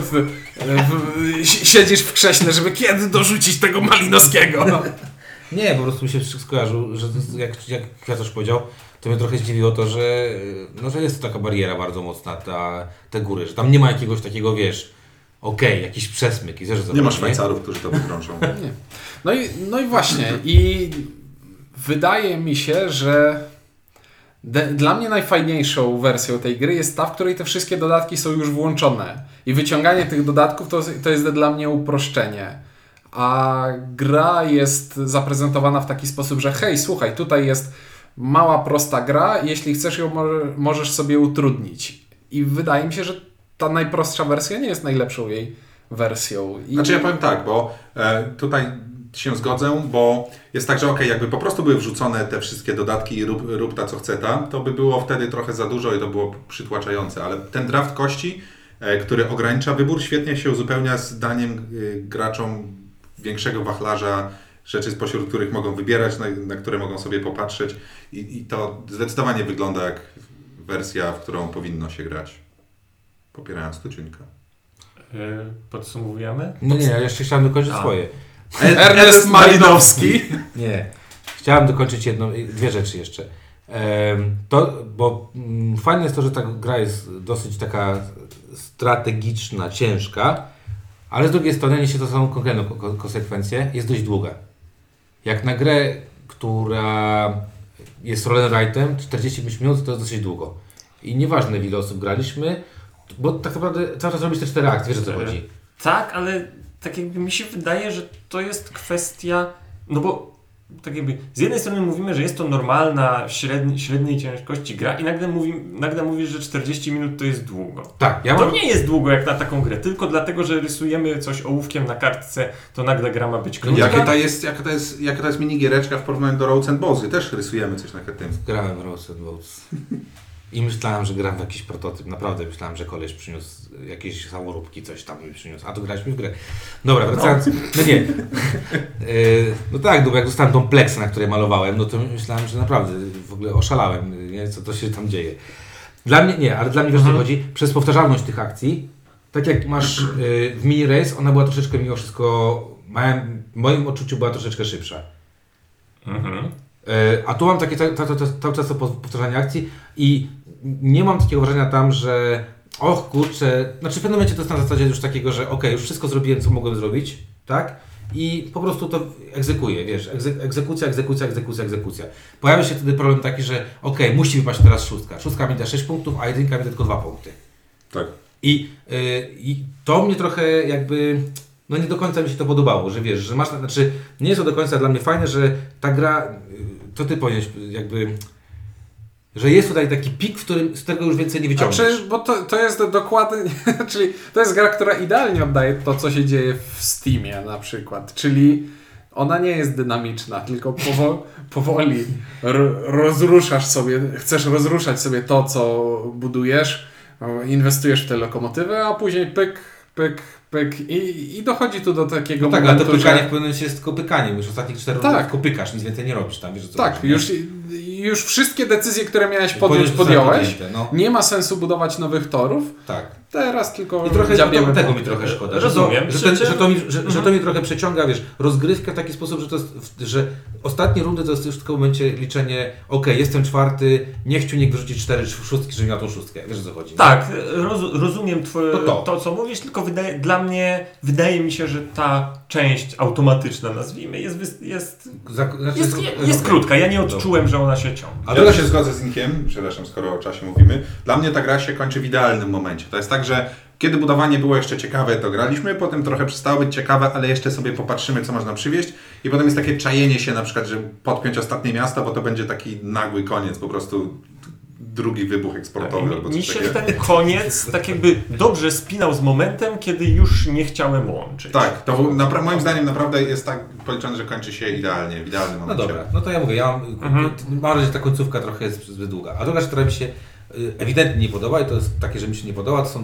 siedzisz w krześle, żeby kiedy dorzucić tego Malinowskiego. No. Nie, po prostu mi się skojarzył, że to jest, jak Kwiatosz powiedział, to mnie trochę zdziwiło to, że jest taka bariera bardzo mocna, te góry, że tam nie ma jakiegoś takiego, wiesz, jakiś przesmyk. I nie ma Szwajcarów, którzy to wykrążą. Nie. No i właśnie. I wydaje mi się, że dla mnie najfajniejszą wersją tej gry jest ta, w której te wszystkie dodatki są już włączone. I wyciąganie tych dodatków to jest dla mnie uproszczenie. A gra jest zaprezentowana w taki sposób, że hej, słuchaj, tutaj jest mała, prosta gra, jeśli chcesz ją możesz sobie utrudnić. I wydaje mi się, że ta najprostsza wersja nie jest najlepszą jej wersją. Znaczy ja powiem tak, bo tutaj się zgodzę, bo jest tak, że jakby po prostu były wrzucone te wszystkie dodatki i rób ta co chce ta, to by było wtedy trochę za dużo i to było przytłaczające, ale ten draft kości, który ogranicza wybór, świetnie się uzupełnia z daniem graczom większego wachlarza rzeczy, spośród których mogą wybierać, na które mogą sobie popatrzeć i to zdecydowanie wygląda jak wersja, w którą powinno się grać. Popierając Tuciuńka. Podsumowujemy? No nie, ja jeszcze chciałem dokończyć swoje. Ernest Malinowski. Nie. Chciałem dokończyć dwie rzeczy jeszcze. Bo fajne jest to, że ta gra jest dosyć taka strategiczna, ciężka, ale z drugiej strony niesie to samą konkretną konsekwencję, jest dość długa. Jak na grę, która jest roll and write'em, 45 minut to jest dosyć długo. I nieważne, ile osób graliśmy, bo tak naprawdę cały czas robisz te 4 akcje, wiesz o co chodzi. Tak, ale tak jakby mi się wydaje, że to jest kwestia, no bo tak jakby z jednej strony mówimy, że jest to normalna, średniej ciężkości gra i nagle mówisz, że 40 minut to jest długo. Tak, To nie jest długo jak na taką grę, tylko dlatego, że rysujemy coś ołówkiem na kartce, to nagle gra ma być krótka. Jaka to jest minigiereczka w porównaniu do Roads and Boats? Też rysujemy coś na tym. Grałem Roads and Boats. I myślałem, że gram w jakiś prototyp. Naprawdę myślałem, że koleś przyniósł jakieś samoróbki, coś tam mi przyniósł. A to graliśmy w grę. Dobra, wracając. No nie. No tak, bo jak dostałem tą pleksę, na której malowałem, no to myślałem, że naprawdę w ogóle oszalałem, nie? Co to się tam dzieje. Dla mnie nie, ale dla mnie wiesz co chodzi? Przez powtarzalność tych akcji, tak jak masz w mini race, ona była troszeczkę mimo wszystko, w moim odczuciu była troszeczkę szybsza. A tu mam takie cały czas powtarzanie akcji i nie mam takiego wrażenia tam, że kurczę, znaczy w pewnym momencie to jest na zasadzie już takiego, że już wszystko zrobiłem, co mogłem zrobić, tak? I po prostu to egzekuję, wiesz, egzekucja. Pojawia się wtedy problem taki, że musi wypaść teraz szóstka. Szóstka mi da 6 punktów, a jedynka mi da tylko 2 punkty. Tak. I to mnie trochę jakby no nie do końca mi się to podobało, że wiesz, że masz, znaczy nie jest to do końca dla mnie fajne, że ta gra, to ty powinieneś jakby, że jest tutaj taki pik, w którym z tego już więcej nie wyciągniesz. Znaczy, bo to jest dokładnie, czyli to jest gra, która idealnie oddaje to, co się dzieje w Steamie na przykład, czyli ona nie jest dynamiczna, tylko powoli chcesz rozruszać sobie to, co budujesz, inwestujesz w tę lokomotywę, a później pyk, pyk, pyk i dochodzi tu do takiego tak, momentu, ale to pykanie że... w pewnym sensie jest tylko pykaniem. Już ostatnich 4 Tak. lat tylko pykasz, nic więcej nie robisz tam, wiesz o co Tak, chodzi, już wszystkie decyzje, które miałeś Podjąłeś podjąłeś. no. Nie ma sensu budować nowych torów. Tak. Teraz tylko I trochę dziabiemy tego mi punkty. trochę szkoda. Rozumiem. Że to mi trochę przeciąga, wiesz, rozgrywkę w taki sposób, że to jest, że ostatnie rundy to jest już w tym momencie liczenie, jestem 4, niech wyrzuci 4 szóstki, żebym miał tą szóstkę. Wiesz o co chodzi. Tak, rozumiem To. co mówisz, tylko wydaje mi się, że ta część automatyczna, nazwijmy, jest krótka. Ja nie odczułem, że ona się ciągnie. A ja się zgodzę z Inkiem, przepraszam, skoro o czasie mówimy. Dla mnie ta gra się kończy w idealnym momencie. To jest tak, że kiedy budowanie było jeszcze ciekawe, to graliśmy, potem trochę przestało być ciekawe, ale jeszcze sobie popatrzymy, co można przywieźć i potem jest takie czajenie się na przykład, że podpiąć ostatnie miasto, bo to będzie taki nagły koniec, po prostu drugi wybuch eksportowy albo coś Mi się takiego. ten koniec tak jakby dobrze spinał z momentem, kiedy już nie chciałem łączyć. Tak, to moim zdaniem naprawdę jest tak policzone, że kończy się idealnie, w idealnym No momencie. dobra, no to ja mówię, mam wrażenie, że ta końcówka trochę jest zbyt długa. A druga rzecz, która mi się ewidentnie nie podoba i to jest takie, że mi się nie podoba, to są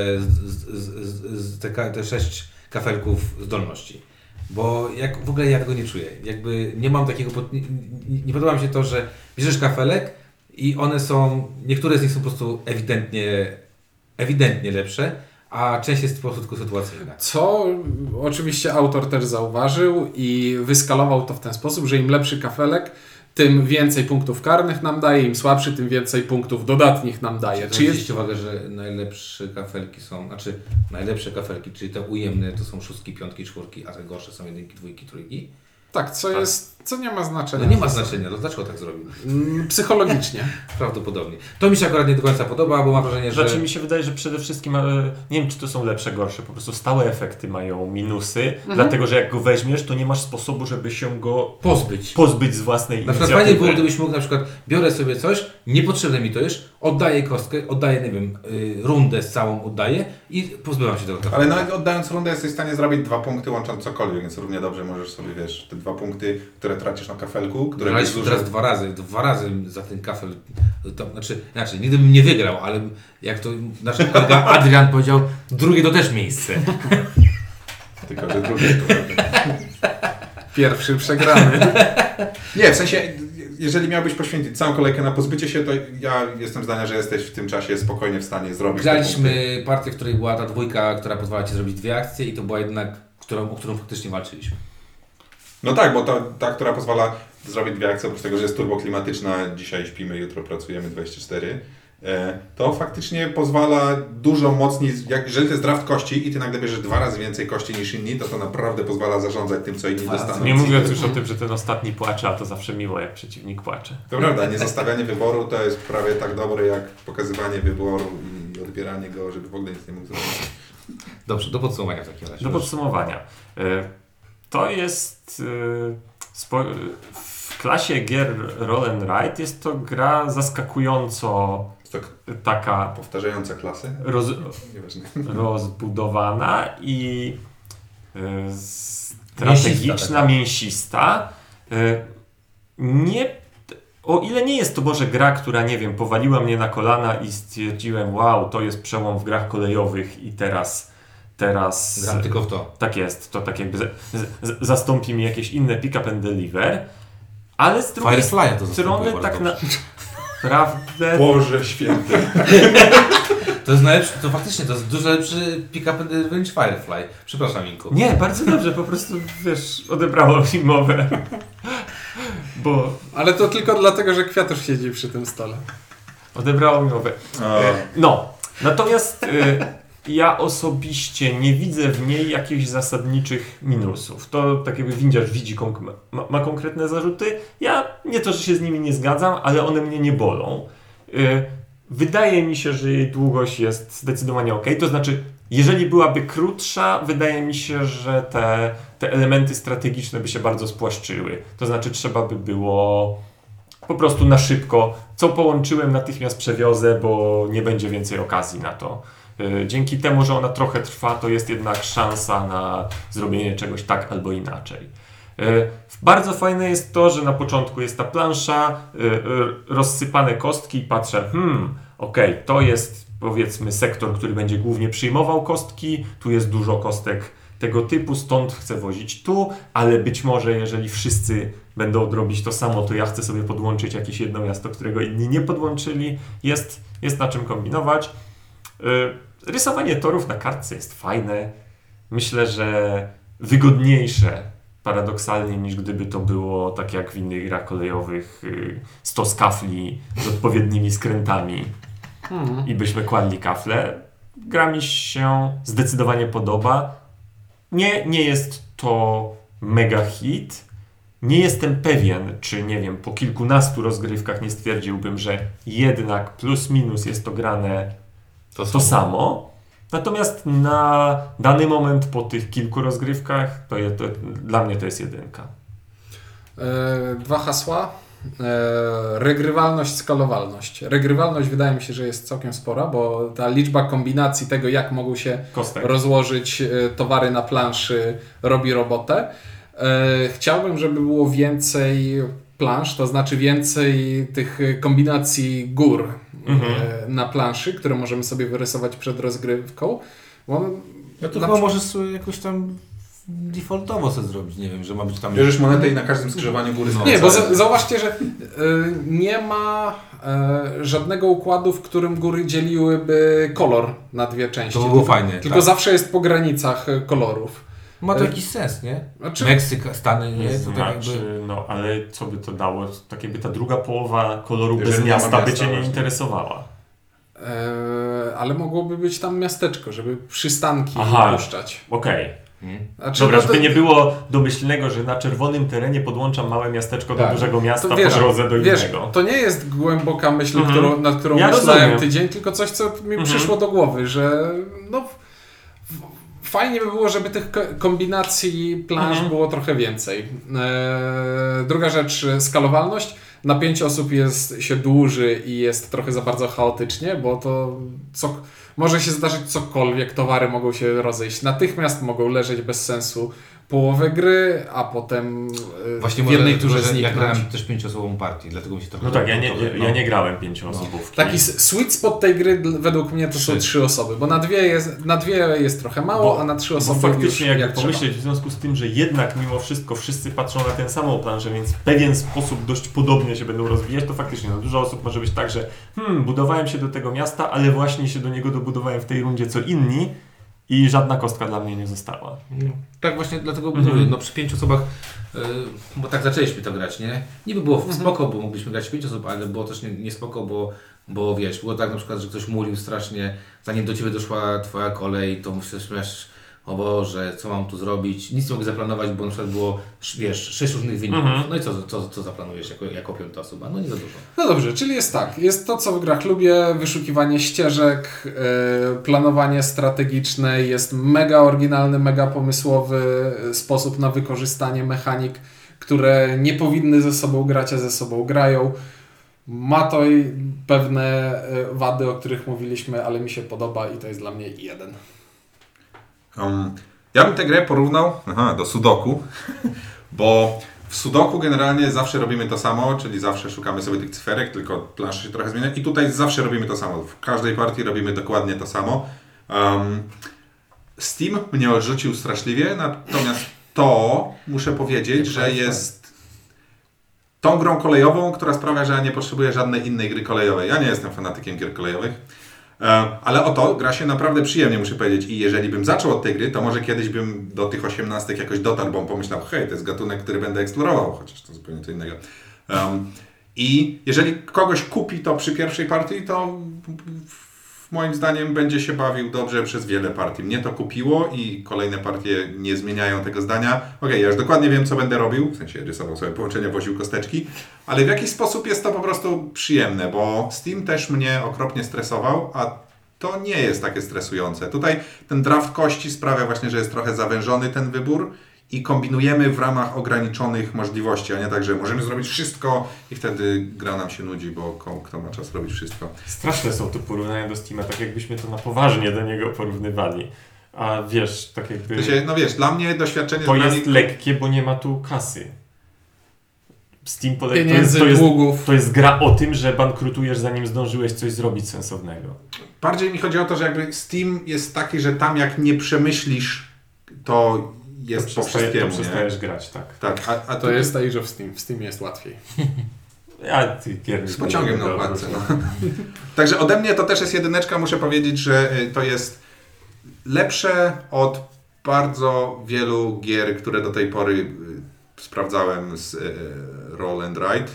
te 6 kafelków zdolności. Bo w ogóle ja tego nie czuję. Jakby nie mam takiego... Nie podoba mi się to, że bierzesz kafelek i one są... Niektóre z nich są po prostu ewidentnie lepsze, a część jest po prostu tylko sytuacyjna. Co oczywiście autor też zauważył i wyskalował to w ten sposób, że im lepszy kafelek, tym więcej punktów karnych nam daje, im słabszy, tym więcej punktów dodatnich nam daje. Czy zwróciliście uwagę, że najlepsze kafelki, czyli te ujemne, to są 6, 5, 4, a te gorsze są 1, 2, 3? Tak, co nie ma znaczenia. No nie ma znaczenia, to dlaczego tak zrobił? Psychologicznie. Prawdopodobnie. To mi się akurat nie do końca podoba, bo mam wrażenie, że... Znaczy mi się wydaje, że przede wszystkim, nie wiem czy to są lepsze, gorsze, po prostu stałe efekty mają minusy, dlatego że jak go weźmiesz, to nie masz sposobu, żeby się go pozbyć z własnej Na przykład inicjatywy. fajnie było, gdybyś mógł na przykład, biorę sobie coś, niepotrzebne mi to już, oddaję kostkę, oddaję, nie wiem, rundę z całą oddaję i pozbywam się tego kafelka. Ale nawet oddając rundę jesteś w stanie zrobić 2 punkty łącząc cokolwiek, więc równie dobrze możesz sobie, wiesz, te 2 punkty, które tracisz na kafelku, które Graliśmy teraz dwa razy za ten kafel, to znaczy nigdy bym nie wygrał, ale jak to nasz kolega Adrian powiedział, drugie to też miejsce. Tylko, że drugie to Pierwszy przegrany. Nie, w sensie, jeżeli miałbyś poświęcić całą kolejkę na pozbycie się, to ja jestem zdania, że jesteś w tym czasie spokojnie w stanie zrobić te punkty. Graliśmy partię, w której była ta dwójka, która pozwala Ci zrobić 2 akcje i to była jednak, o którą faktycznie walczyliśmy. No tak, bo ta, która pozwala zrobić 2 akcje, oprócz tego, że jest turboklimatyczna, dzisiaj śpimy, jutro pracujemy 24, to faktycznie pozwala dużo mocniej, jeżeli to jest draft kości i ty nagle bierzesz 2 razy więcej kości niż inni, to naprawdę pozwala zarządzać tym, co inni dostaną. Nie mówiąc już o tym, że ten ostatni płacze, a to zawsze miło, jak przeciwnik płacze. To prawda, nie zostawianie wyboru to jest prawie tak dobre, jak pokazywanie wyboru i odbieranie go, żeby w ogóle nic nie mógł zrobić. Dobrze, do podsumowania w takim razie. Do podsumowania. To jest w klasie gier Roll and Ride jest to gra zaskakująco Tak taka powtarzająca klasy? Nieważne. rozbudowana i strategiczna, mięsista. O ile nie jest to może gra, która, nie wiem, powaliła mnie na kolana i stwierdziłem, wow, to jest przełom w grach kolejowych i teraz Gram tylko w to. Tak jest, to tak jakby zastąpi mi jakieś inne pick up and deliver, ale z drugiej strony tak naprawdę... Boże święty. To jest najlepszy, to faktycznie to jest dużo lepszy pick up and deliver niż Firefly. Przepraszam, Inku. Nie, bardzo dobrze, po prostu, wiesz, odebrało mi mowę. Ale to tylko dlatego, że Kwiatusz siedzi przy tym stole. Odebrało mi mowę. No, natomiast ja osobiście nie widzę w niej jakichś zasadniczych minusów. To tak jakby windziarz widzi, ma konkretne zarzuty. Ja nie to, że się z nimi nie zgadzam, ale one mnie nie bolą. Wydaje mi się, że jej długość jest zdecydowanie ok. To znaczy Jeżeli byłaby krótsza, wydaje mi się, że te elementy strategiczne by się bardzo spłaszczyły. To znaczy trzeba by było po prostu na szybko, co połączyłem, natychmiast przewiozę, bo nie będzie więcej okazji na to. Dzięki temu, że ona trochę trwa, to jest jednak szansa na zrobienie czegoś tak albo inaczej. Bardzo fajne jest to, że na początku jest ta plansza, rozsypane kostki i patrzę, okej, to jest powiedzmy sektor, który będzie głównie przyjmował kostki, tu jest dużo kostek tego typu, stąd chcę wozić tu, ale być może jeżeli wszyscy będą robić to samo, to ja chcę sobie podłączyć jakieś jedno miasto, którego inni nie podłączyli. Jest na czym kombinować. Rysowanie torów na kartce jest fajne. Myślę, że wygodniejsze paradoksalnie niż gdyby to było tak jak w innych grach kolejowych 100 kafli z odpowiednimi skrętami i byśmy kładli kafle. Gra mi się zdecydowanie podoba. Nie jest to mega hit. Nie jestem pewien, czy nie wiem, po kilkunastu rozgrywkach nie stwierdziłbym, że jednak plus minus jest to grane to samo. Natomiast na dany moment po tych kilku rozgrywkach to dla mnie to jest 1. 2 hasła. Regrywalność, skalowalność. Regrywalność wydaje mi się, że jest całkiem spora, bo ta liczba kombinacji tego, jak mogą się rozłożyć towary na planszy, robi robotę. Chciałbym, żeby było więcej plansz, to znaczy więcej tych kombinacji gór na planszy, które możemy sobie wyrysować przed rozgrywką. Ja to chyba możesz jakoś tam defaultowo sobie zrobić, nie wiem, że ma być tam... Bierzesz monetę i na każdym skrzyżowaniu góry... Nie, bo zauważcie, że nie ma żadnego układu, w którym góry dzieliłyby kolor na dwie części. To było fajne. Tylko zawsze jest po granicach kolorów. Ma to jakiś sens, nie? Znaczy, Meksyk, Stany, nie? To tak Znaczy, jakby... no ale co by to dało? Tak jakby ta druga połowa koloru bez Jeżeli nie ma miasta by miasta, Cię nie właśnie. interesowała. ale mogłoby być tam miasteczko, żeby przystanki puszczać. Okej. Znaczy, Dobra, no to- żeby nie było domyślnego, że na czerwonym terenie podłączam małe miasteczko do Tak. dużego miasta To po drodze do wiesz, innego. to nie jest głęboka myśl, nad którą Ja myślałem rozumiem. tydzień, tylko coś, co mi przyszło do głowy, że no, fajnie by było, żeby tych kombinacji plansz było trochę więcej. Druga rzecz, skalowalność. Na 5 osób się dłuży i jest trochę za bardzo chaotycznie, bo to może się zdarzyć cokolwiek, towary mogą się rozejść natychmiast, mogą leżeć bez sensu połowę gry, a potem Właśnie w jednej może, turze ja zniknąć. grałem też 5-osobową partię, dlatego mi się trochę... No tak, ja nie grałem 5-osobówki. Taki sweet spot tej gry według mnie to są 3 osoby, bo na dwie jest trochę mało, a na 3 osoby Bo faktycznie już jak pomyśleć w związku z tym, że jednak mimo wszystko wszyscy patrzą na tę samą planszę, więc w pewien sposób dość podobnie się będą rozwijać, to faktycznie dużo osób może być tak, że budowałem się do tego miasta, ale właśnie się do niego dobudowałem w tej rundzie co inni i żadna kostka dla mnie nie została. Tak właśnie dlatego mówię, no przy 5 osobach, bo tak zaczęliśmy to grać, nie? Niby było spoko, bo mogliśmy grać 5 osób, ale było też nie spoko, bo wiesz, było tak na przykład, że ktoś mulił strasznie, zanim do Ciebie doszła Twoja kolej, to myślisz, o Boże, co mam tu zrobić? Nic nie mogę zaplanować, bo na przykład było, wiesz, 6 różnych wyników. No i co zaplanujesz jako 5 osoba? No nie za dużo. No dobrze, czyli jest tak, jest to, co w grach lubię, wyszukiwanie ścieżek, planowanie strategiczne, jest mega oryginalny, mega pomysłowy sposób na wykorzystanie mechanik, które nie powinny ze sobą grać, a ze sobą grają. Ma to i pewne wady, o których mówiliśmy, ale mi się podoba i to jest dla mnie 1. Ja bym tę grę porównał do Sudoku, bo w Sudoku generalnie zawsze robimy to samo, czyli zawsze szukamy sobie tych cyferek, tylko plansze się trochę zmienia i tutaj zawsze robimy to samo. W każdej partii robimy dokładnie to samo. Steam mnie odrzucił straszliwie, natomiast to muszę powiedzieć, że jest tą grą kolejową, która sprawia, że ja nie potrzebuję żadnej innej gry kolejowej. Ja nie jestem fanatykiem gier kolejowych. Ale oto gra się naprawdę przyjemnie, muszę powiedzieć. I jeżeli bym zaczął od tej gry, to może kiedyś bym do tych 18 jakoś dotarł, bo pomyślał, hej, to jest gatunek, który będę eksplorował, chociaż to zupełnie co innego. I jeżeli kogoś kupi to przy pierwszej partii, to moim zdaniem będzie się bawił dobrze przez wiele partii. Mnie to kupiło i kolejne partie nie zmieniają tego zdania. Okej, ja już dokładnie wiem, co będę robił, w sensie rysował sobie połączenia, woził kosteczki, ale w jakiś sposób jest to po prostu przyjemne, bo Steam też mnie okropnie stresował, a to nie jest takie stresujące. Tutaj ten draft kości sprawia właśnie, że jest trochę zawężony ten wybór i kombinujemy w ramach ograniczonych możliwości, a nie tak, że możemy zrobić wszystko i wtedy gra nam się nudzi, bo kto ma czas robić wszystko. Straszne są te porównania do Steama, tak jakbyśmy to na poważnie do niego porównywali. A wiesz, tak jakby... No wiesz, dla mnie doświadczenie... To jest lekkie, bo nie ma tu kasy. Steam Pieniędzy, długów. To jest gra o tym, że bankrutujesz zanim zdążyłeś coś zrobić sensownego. Bardziej mi chodzi o to, że jakby Steam jest taki, że tam jak nie przemyślisz, to jest po wszystkiemu. To przestajesz grać, tak. Tak, a To jest Age of Steam. W Steamie jest łatwiej. Z pociągiem na okładce. No. Także ode mnie to też jest 1. Muszę powiedzieć, że to jest lepsze od bardzo wielu gier, które do tej pory sprawdzałem z Roll and Write.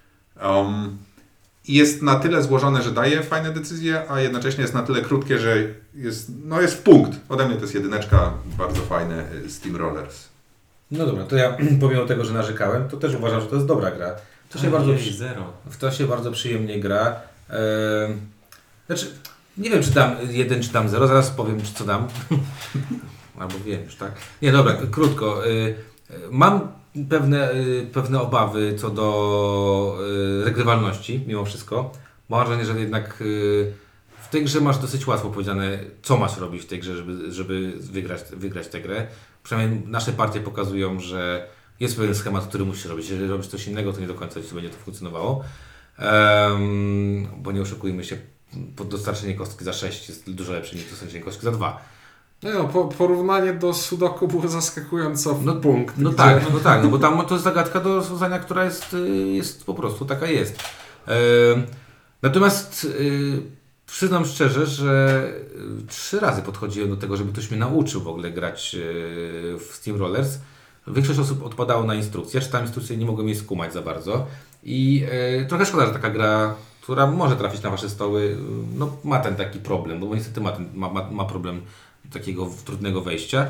Jest na tyle złożone, że daje fajne decyzje, a jednocześnie jest na tyle krótkie, że jest w punkt. Ode mnie to jest 1, bardzo fajne Steam Rollers. No dobra, to ja pomimo tego, że narzekałem, to też uważam, że to jest dobra gra. W to się bardzo przyjemnie gra. Znaczy, nie wiem, czy dam 1, czy dam 0, zaraz powiem, co dam. Albo wiem już, tak? Nie, dobra, krótko. Mam pewne obawy co do regrywalności, mimo wszystko. Mam wrażenie, że jednak w tej grze masz dosyć łatwo powiedziane, co masz robić w tej grze, żeby wygrać tę grę. Przynajmniej nasze partie pokazują, że jest pewien schemat, który musisz robić. Jeżeli robisz coś innego, to nie do końca ci będzie to funkcjonowało. Bo nie oszukujmy się, dostarczenie kostki za 6 jest dużo lepsze niż dostarczenie kostki za 2. No, porównanie do Sudoku było zaskakująco w punkt. No tak, bo tam to jest zagadka do rozwiązania, która jest po prostu taka jest. Natomiast przyznam szczerze, że 3 razy podchodziłem do tego, żeby ktoś mnie nauczył w ogóle grać w Steam Rollers. Większość osób odpadało na instrukcję, czytałem instrukcję i nie mogłem jej skumać za bardzo. I trochę szkoda, że taka gra, która może trafić na Wasze stoły, no, ma ten taki problem, bo niestety ma problem takiego trudnego wejścia.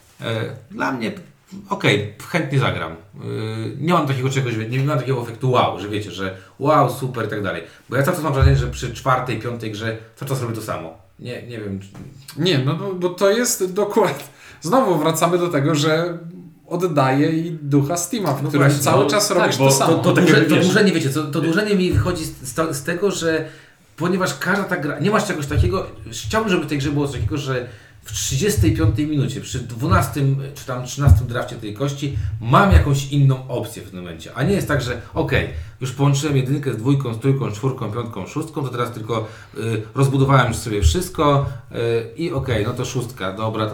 Dla mnie chętnie zagram. Nie mam takiego czegoś, nie mam takiego efektu wow, że wiecie, że wow, super i tak dalej. Bo ja cały czas mam wrażenie, że przy 4., 5. grze cały czas robię to samo. Nie wiem. Nie, no bo to jest dokładnie... Znowu wracamy do tego, że oddaje i ducha Steama, w którym cały czas robisz to samo. To dłużenie, wiecie, to dłużenie mi wychodzi z tego, że ponieważ każda ta gra, nie masz czegoś takiego, chciałbym, żeby w tej grze było coś takiego, że w 35 minucie, przy 12 czy tam 13 drafcie tej kości mam jakąś inną opcję w tym momencie, a nie jest tak, że już połączyłem 1 z 2, z 3, 4, 5, 6, to teraz tylko rozbudowałem już sobie wszystko i no to 6, dobra,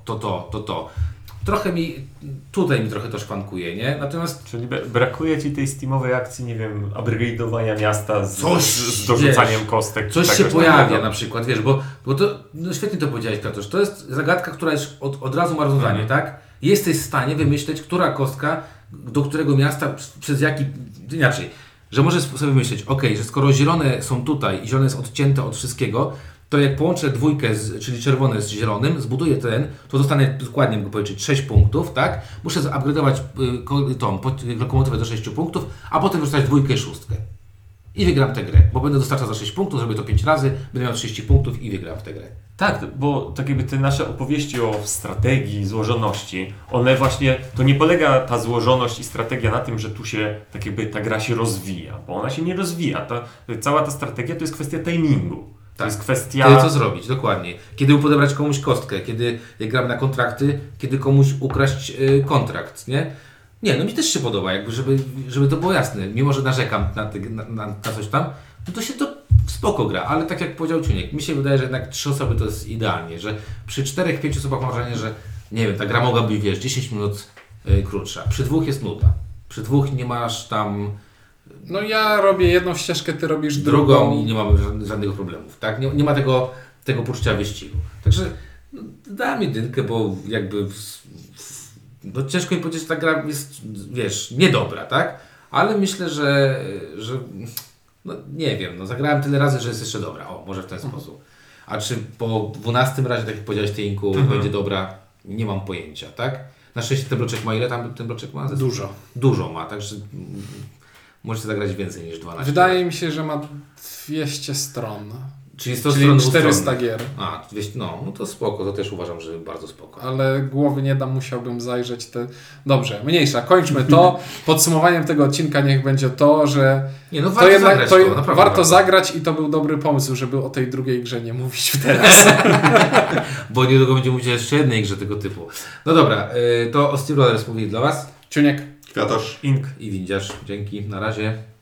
to. Trochę tutaj mi trochę to szwankuje, nie? Natomiast... Czyli brakuje Ci tej steamowej akcji, nie wiem, upgrade'owania miasta z dorzucaniem kostek. Coś się pojawia na przykład, wiesz, bo to, no świetnie to powiedziałeś, Katosz, to jest zagadka, która jest od razu ma rozwiązanie, tak? Jesteś w stanie wymyśleć, która kostka do którego miasta, inaczej, że możesz sobie myśleć, że skoro zielone są tutaj i zielone jest odcięte od wszystkiego, to jak połączę 2, czyli czerwone z zielonym, zbuduję to dostanę dokładnie, mogę powiedzieć, 6 punktów, tak? Muszę upgrade'ować tą lokomotywę do 6 punktów, a potem dostać 2 i 6. I wygram tę grę, bo będę dostarczał za 6 punktów, zrobię to 5 razy, będę miał 30 punktów i wygram w tę grę. Tak, bo tak jakby te nasze opowieści o strategii, złożoności, one właśnie, to nie polega ta złożoność i strategia na tym, że tu się, tak jakby ta gra się rozwija, bo ona się nie rozwija. Cała ta strategia to jest kwestia timingu. To jest kwestia... Kiedy co zrobić, dokładnie. Kiedy podebrać komuś kostkę, kiedy jak gramy na kontrakty, kiedy komuś ukraść kontrakt, nie? Nie, no mi też się podoba, jakby, żeby to było jasne. Mimo, że narzekam na coś tam, no to się to spoko gra, ale tak jak powiedział Ciuniek, mi się wydaje, że jednak 3 osoby to jest idealnie, że przy 4-5 osobach mam wrażenie, że nie wiem, ta gra mogłaby, 10 minut krótsza. Przy 2 jest nuda. Przy 2 nie masz tam... No ja robię jedną ścieżkę, ty robisz drugą i nie mamy żadnych problemów, tak? Nie ma tego poczucia wyścigu. Także dam 1, bo jakby no ciężko mi powiedzieć, że ta gra jest, wiesz, niedobra, tak? Ale myślę, że no nie wiem, no zagrałem tyle razy, że jest jeszcze dobra. Może w ten sposób. A czy po 12 razie, tak jak powiedziałeś, Tejinku, będzie dobra, nie mam pojęcia, tak? Na szczęście ten bloczek ma ile tam ten bloczek ma? Dużo. Dużo ma, także możecie zagrać więcej niż 12. Wydaje mi się, że ma 200 stron. Czyli 100 Czyli stron 400 dwustronnych. gier. A, no to spoko, to też uważam, że bardzo spoko. Ale głowy nie dam, musiałbym zajrzeć te... Dobrze, mniejsza, kończmy to. Podsumowaniem tego odcinka niech będzie to, że Nie, no to warto jednak zagrać to to, naprawdę warto zagrać i to był dobry pomysł, żeby o tej drugiej grze nie mówić teraz. Bo niedługo będziemy mówić o jeszcze jednej grze tego typu. No dobra, to o Steel Brothers mówili dla Was Ciuniek. Kwiatosz. Ink. i Windziarz. Dzięki, na razie.